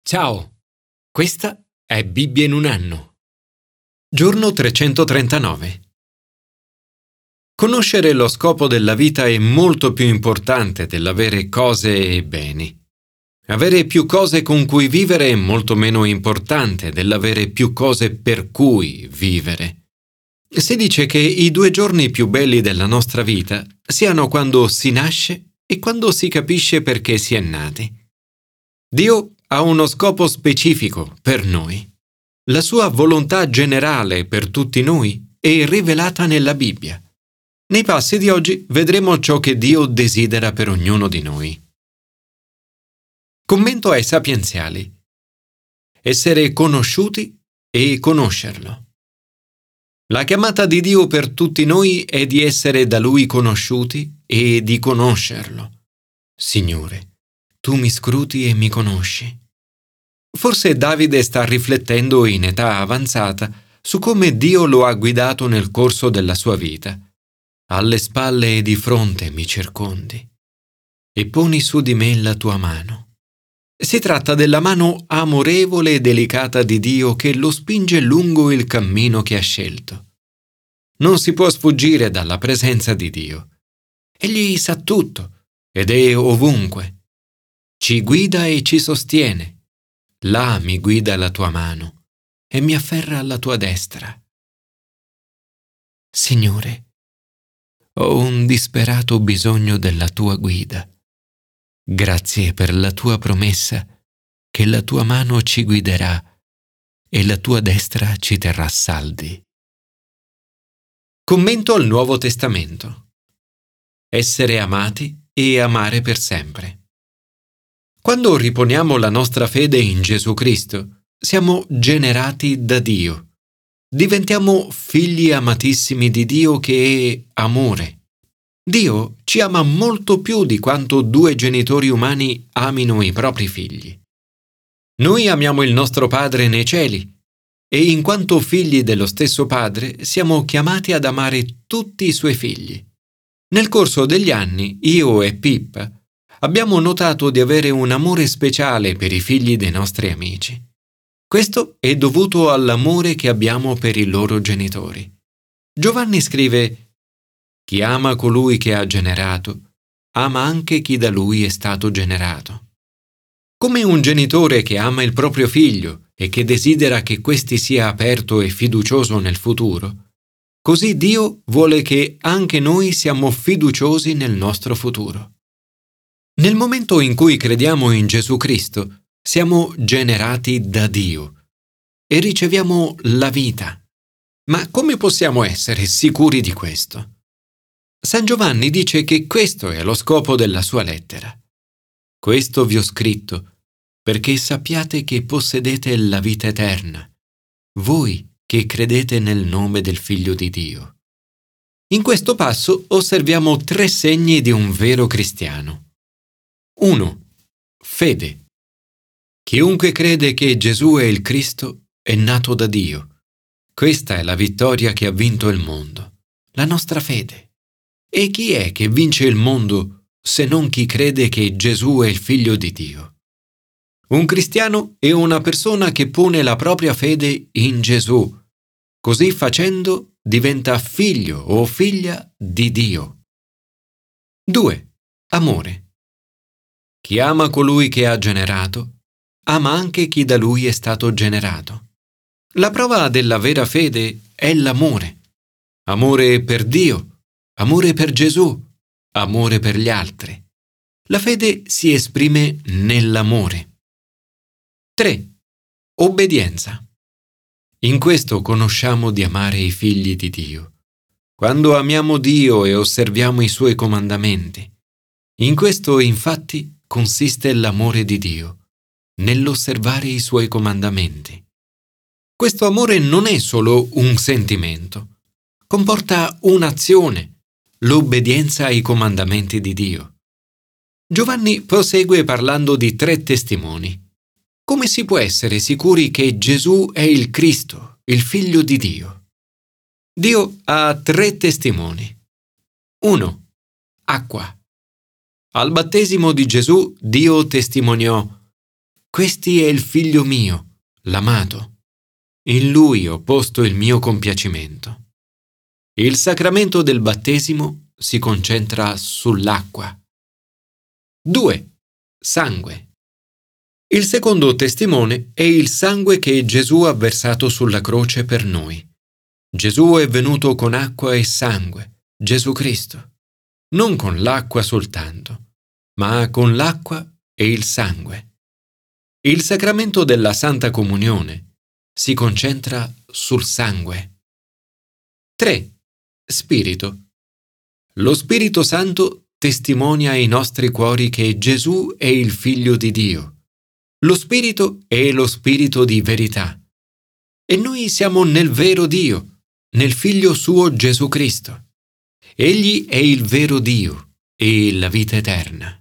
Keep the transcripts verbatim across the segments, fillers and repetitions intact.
Ciao, questa è Bibbia in un anno. Giorno trecentotrentanove. Conoscere lo scopo della vita è molto più importante dell'avere cose e beni. Avere più cose con cui vivere è molto meno importante dell'avere più cose per cui vivere. Si dice che i due giorni più belli della nostra vita siano quando si nasce e quando si capisce perché si è nati. Dio ha uno scopo specifico per noi. La sua volontà generale per tutti noi è rivelata nella Bibbia. Nei passi di oggi vedremo ciò che Dio desidera per ognuno di noi. Commento ai sapienziali. Essere conosciuti e conoscerlo. La chiamata di Dio per tutti noi è di essere da Lui conosciuti e di conoscerlo. Signore, tu mi scruti e mi conosci. Forse Davide sta riflettendo in età avanzata su come Dio lo ha guidato nel corso della sua vita. Alle spalle e di fronte mi circondi e poni su di me la tua mano. Si tratta della mano amorevole e delicata di Dio che lo spinge lungo il cammino che ha scelto. Non si può sfuggire dalla presenza di Dio. Egli sa tutto ed è ovunque. Ci guida e ci sostiene. Là mi guida la tua mano e mi afferra alla tua destra. Signore, ho un disperato bisogno della tua guida. Grazie per la tua promessa che la tua mano ci guiderà e la tua destra ci terrà saldi. Commento al Nuovo Testamento. Essere amati e amare per sempre. Quando riponiamo la nostra fede in Gesù Cristo, siamo generati da Dio. Diventiamo figli amatissimi di Dio che è amore. Dio ci ama molto più di quanto due genitori umani amino i propri figli. Noi amiamo il nostro Padre nei cieli e in quanto figli dello stesso Padre siamo chiamati ad amare tutti i suoi figli. Nel corso degli anni, io e Pippa abbiamo notato di avere un amore speciale per i figli dei nostri amici. Questo è dovuto all'amore che abbiamo per i loro genitori. Giovanni scrive: «Chi ama colui che ha generato, ama anche chi da lui è stato generato». Come un genitore che ama il proprio figlio e che desidera che questi sia aperto e fiducioso nel futuro, così Dio vuole che anche noi siamo fiduciosi nel nostro futuro. Nel momento in cui crediamo in Gesù Cristo, siamo generati da Dio e riceviamo la vita. Ma come possiamo essere sicuri di questo? San Giovanni dice che questo è lo scopo della sua lettera. Questo vi ho scritto perché sappiate che possedete la vita eterna, voi che credete nel nome del Figlio di Dio. In questo passo osserviamo tre segni di un vero cristiano. uno. Fede. Chiunque crede che Gesù è il Cristo è nato da Dio. Questa è la vittoria che ha vinto il mondo, la nostra fede. E chi è che vince il mondo se non chi crede che Gesù è il Figlio di Dio? Un cristiano è una persona che pone la propria fede in Gesù. Così facendo diventa figlio o figlia di Dio. due. Amore. Chi ama colui che ha generato, ama anche chi da lui è stato generato. La prova della vera fede è l'amore. Amore per Dio, amore per Gesù, amore per gli altri. La fede si esprime nell'amore. tre. Obbedienza. In questo conosciamo di amare i figli di Dio. Quando amiamo Dio e osserviamo i Suoi comandamenti. In questo, infatti, consiste l'amore di Dio, nell'osservare i Suoi comandamenti. Questo amore non è solo un sentimento, comporta un'azione, l'obbedienza ai comandamenti di Dio. Giovanni prosegue parlando di tre testimoni. Come si può essere sicuri che Gesù è il Cristo, il Figlio di Dio? Dio ha tre testimoni. uno. Acqua. Al battesimo di Gesù Dio testimoniò: questi è il figlio mio, l'amato. In lui ho posto il mio compiacimento. Il sacramento del battesimo si concentra sull'acqua. due. Sangue. Il secondo testimone è il sangue che Gesù ha versato sulla croce per noi. Gesù è venuto con acqua e sangue, Gesù Cristo, non con l'acqua soltanto, ma con l'acqua e il sangue. Il sacramento della Santa Comunione si concentra sul sangue. tre. Spirito. Lo Spirito Santo testimonia ai nostri cuori che Gesù è il Figlio di Dio. Lo Spirito è lo Spirito di verità. E noi siamo nel vero Dio, nel Figlio suo Gesù Cristo. Egli è il vero Dio e la vita eterna.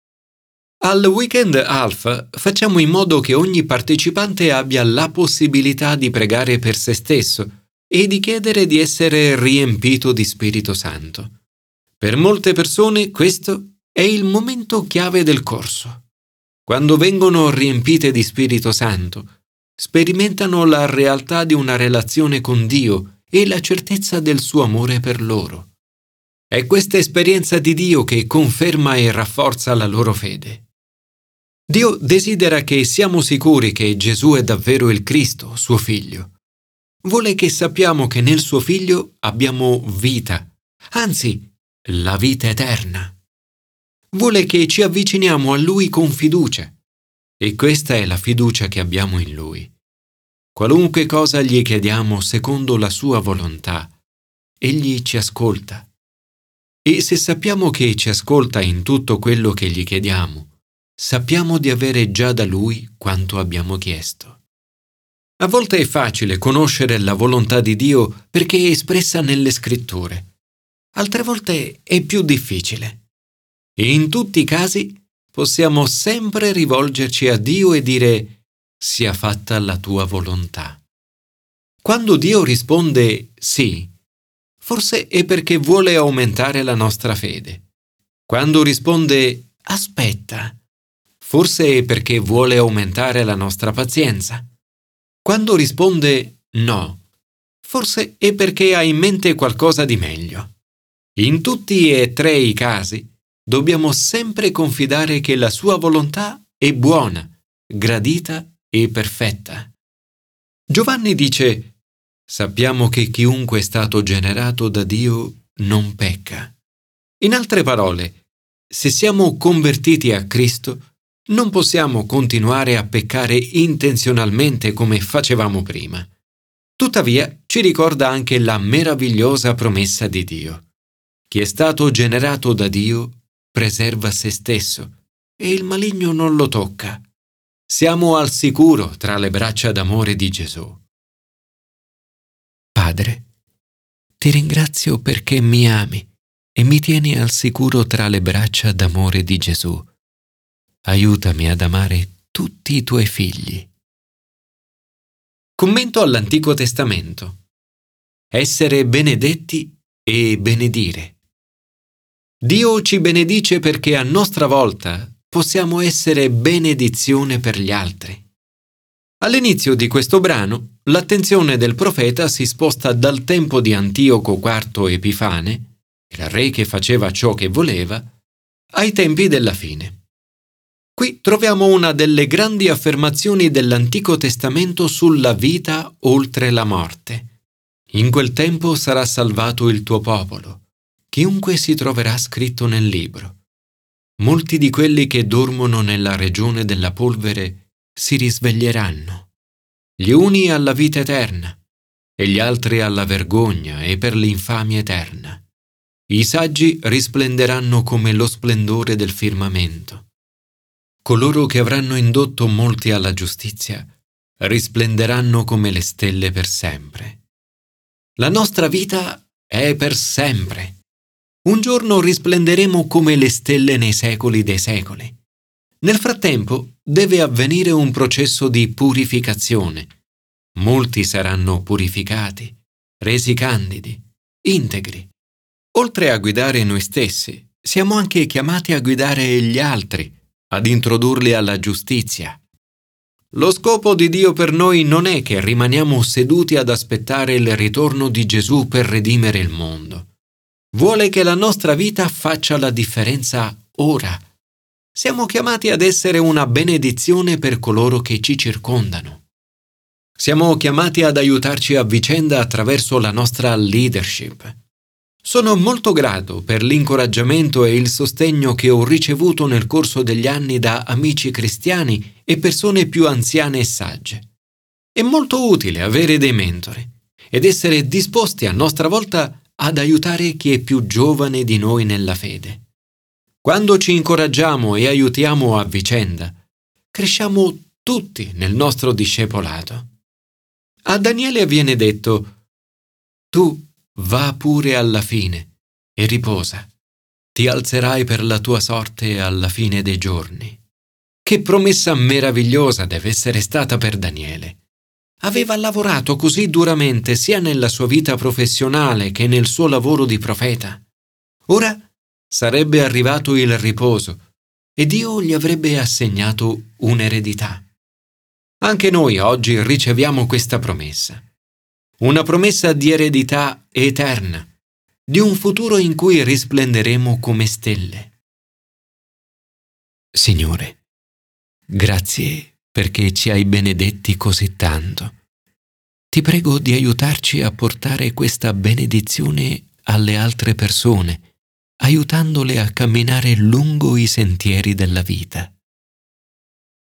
Al Weekend Alpha facciamo in modo che ogni partecipante abbia la possibilità di pregare per se stesso e di chiedere di essere riempito di Spirito Santo. Per molte persone questo è il momento chiave del corso. Quando vengono riempite di Spirito Santo, sperimentano la realtà di una relazione con Dio e la certezza del suo amore per loro. È questa esperienza di Dio che conferma e rafforza la loro fede. Dio desidera che siamo sicuri che Gesù è davvero il Cristo, suo Figlio. Vuole che sappiamo che nel suo Figlio abbiamo vita, anzi, la vita eterna. Vuole che ci avviciniamo a Lui con fiducia, e questa è la fiducia che abbiamo in Lui. Qualunque cosa gli chiediamo secondo la sua volontà, Egli ci ascolta. E se sappiamo che ci ascolta in tutto quello che gli chiediamo, sappiamo di avere già da Lui quanto abbiamo chiesto. A volte è facile conoscere la volontà di Dio perché è espressa nelle Scritture. Altre volte è più difficile. E in tutti i casi possiamo sempre rivolgerci a Dio e dire: sia fatta la tua volontà. Quando Dio risponde sì, forse è perché vuole aumentare la nostra fede. Quando risponde aspetta, forse è perché vuole aumentare la nostra pazienza. Quando risponde no, forse è perché ha in mente qualcosa di meglio. In tutti e tre i casi, dobbiamo sempre confidare che la sua volontà è buona, gradita e perfetta. Giovanni dice: sappiamo che chiunque è stato generato da Dio non pecca. In altre parole, se siamo convertiti a Cristo, non possiamo continuare a peccare intenzionalmente come facevamo prima. Tuttavia, ci ricorda anche la meravigliosa promessa di Dio. Chi è stato generato da Dio preserva se stesso e il maligno non lo tocca. Siamo al sicuro tra le braccia d'amore di Gesù. Padre, ti ringrazio perché mi ami e mi tieni al sicuro tra le braccia d'amore di Gesù. Aiutami ad amare tutti i tuoi figli. Commento all'Antico Testamento. Essere benedetti e benedire. Dio ci benedice perché a nostra volta possiamo essere benedizione per gli altri. All'inizio di questo brano, l'attenzione del profeta si sposta dal tempo di Antioco quarto Epifane, il re che faceva ciò che voleva, ai tempi della fine. Qui troviamo una delle grandi affermazioni dell'Antico Testamento sulla vita oltre la morte. In quel tempo sarà salvato il tuo popolo. Chiunque si troverà scritto nel libro. Molti di quelli che dormono nella regione della polvere si risveglieranno, gli uni alla vita eterna e gli altri alla vergogna e per l'infamia eterna. I saggi risplenderanno come lo splendore del firmamento. Coloro che avranno indotto molti alla giustizia risplenderanno come le stelle per sempre. La nostra vita è per sempre. Un giorno risplenderemo come le stelle nei secoli dei secoli. Nel frattempo deve avvenire un processo di purificazione. Molti saranno purificati, resi candidi, integri. Oltre a guidare noi stessi, siamo anche chiamati a guidare gli altri, ad introdurli alla giustizia, Lo scopo di Dio per noi non è che rimaniamo seduti ad aspettare il ritorno di Gesù per redimere il mondo. Vuole che la nostra vita faccia la differenza ora. Siamo chiamati ad essere una benedizione per coloro che ci circondano. Siamo chiamati ad aiutarci a vicenda attraverso la nostra leadership. Sono molto grato per l'incoraggiamento e il sostegno che ho ricevuto nel corso degli anni da amici cristiani e persone più anziane e sagge. È molto utile avere dei mentori ed essere disposti a nostra volta ad aiutare chi è più giovane di noi nella fede. Quando ci incoraggiamo e aiutiamo a vicenda, cresciamo tutti nel nostro discepolato. A Daniele viene detto: tu va pure alla fine e riposa. Ti alzerai per la tua sorte alla fine dei giorni. Che promessa meravigliosa deve essere stata per Daniele. Aveva lavorato così duramente sia nella sua vita professionale che nel suo lavoro di profeta. Ora sarebbe arrivato il riposo e Dio gli avrebbe assegnato un'eredità. Anche noi oggi riceviamo questa promessa. Una promessa di eredità eterna, di un futuro in cui risplenderemo come stelle. Signore, grazie perché ci hai benedetti così tanto. Ti prego di aiutarci a portare questa benedizione alle altre persone, aiutandole a camminare lungo i sentieri della vita.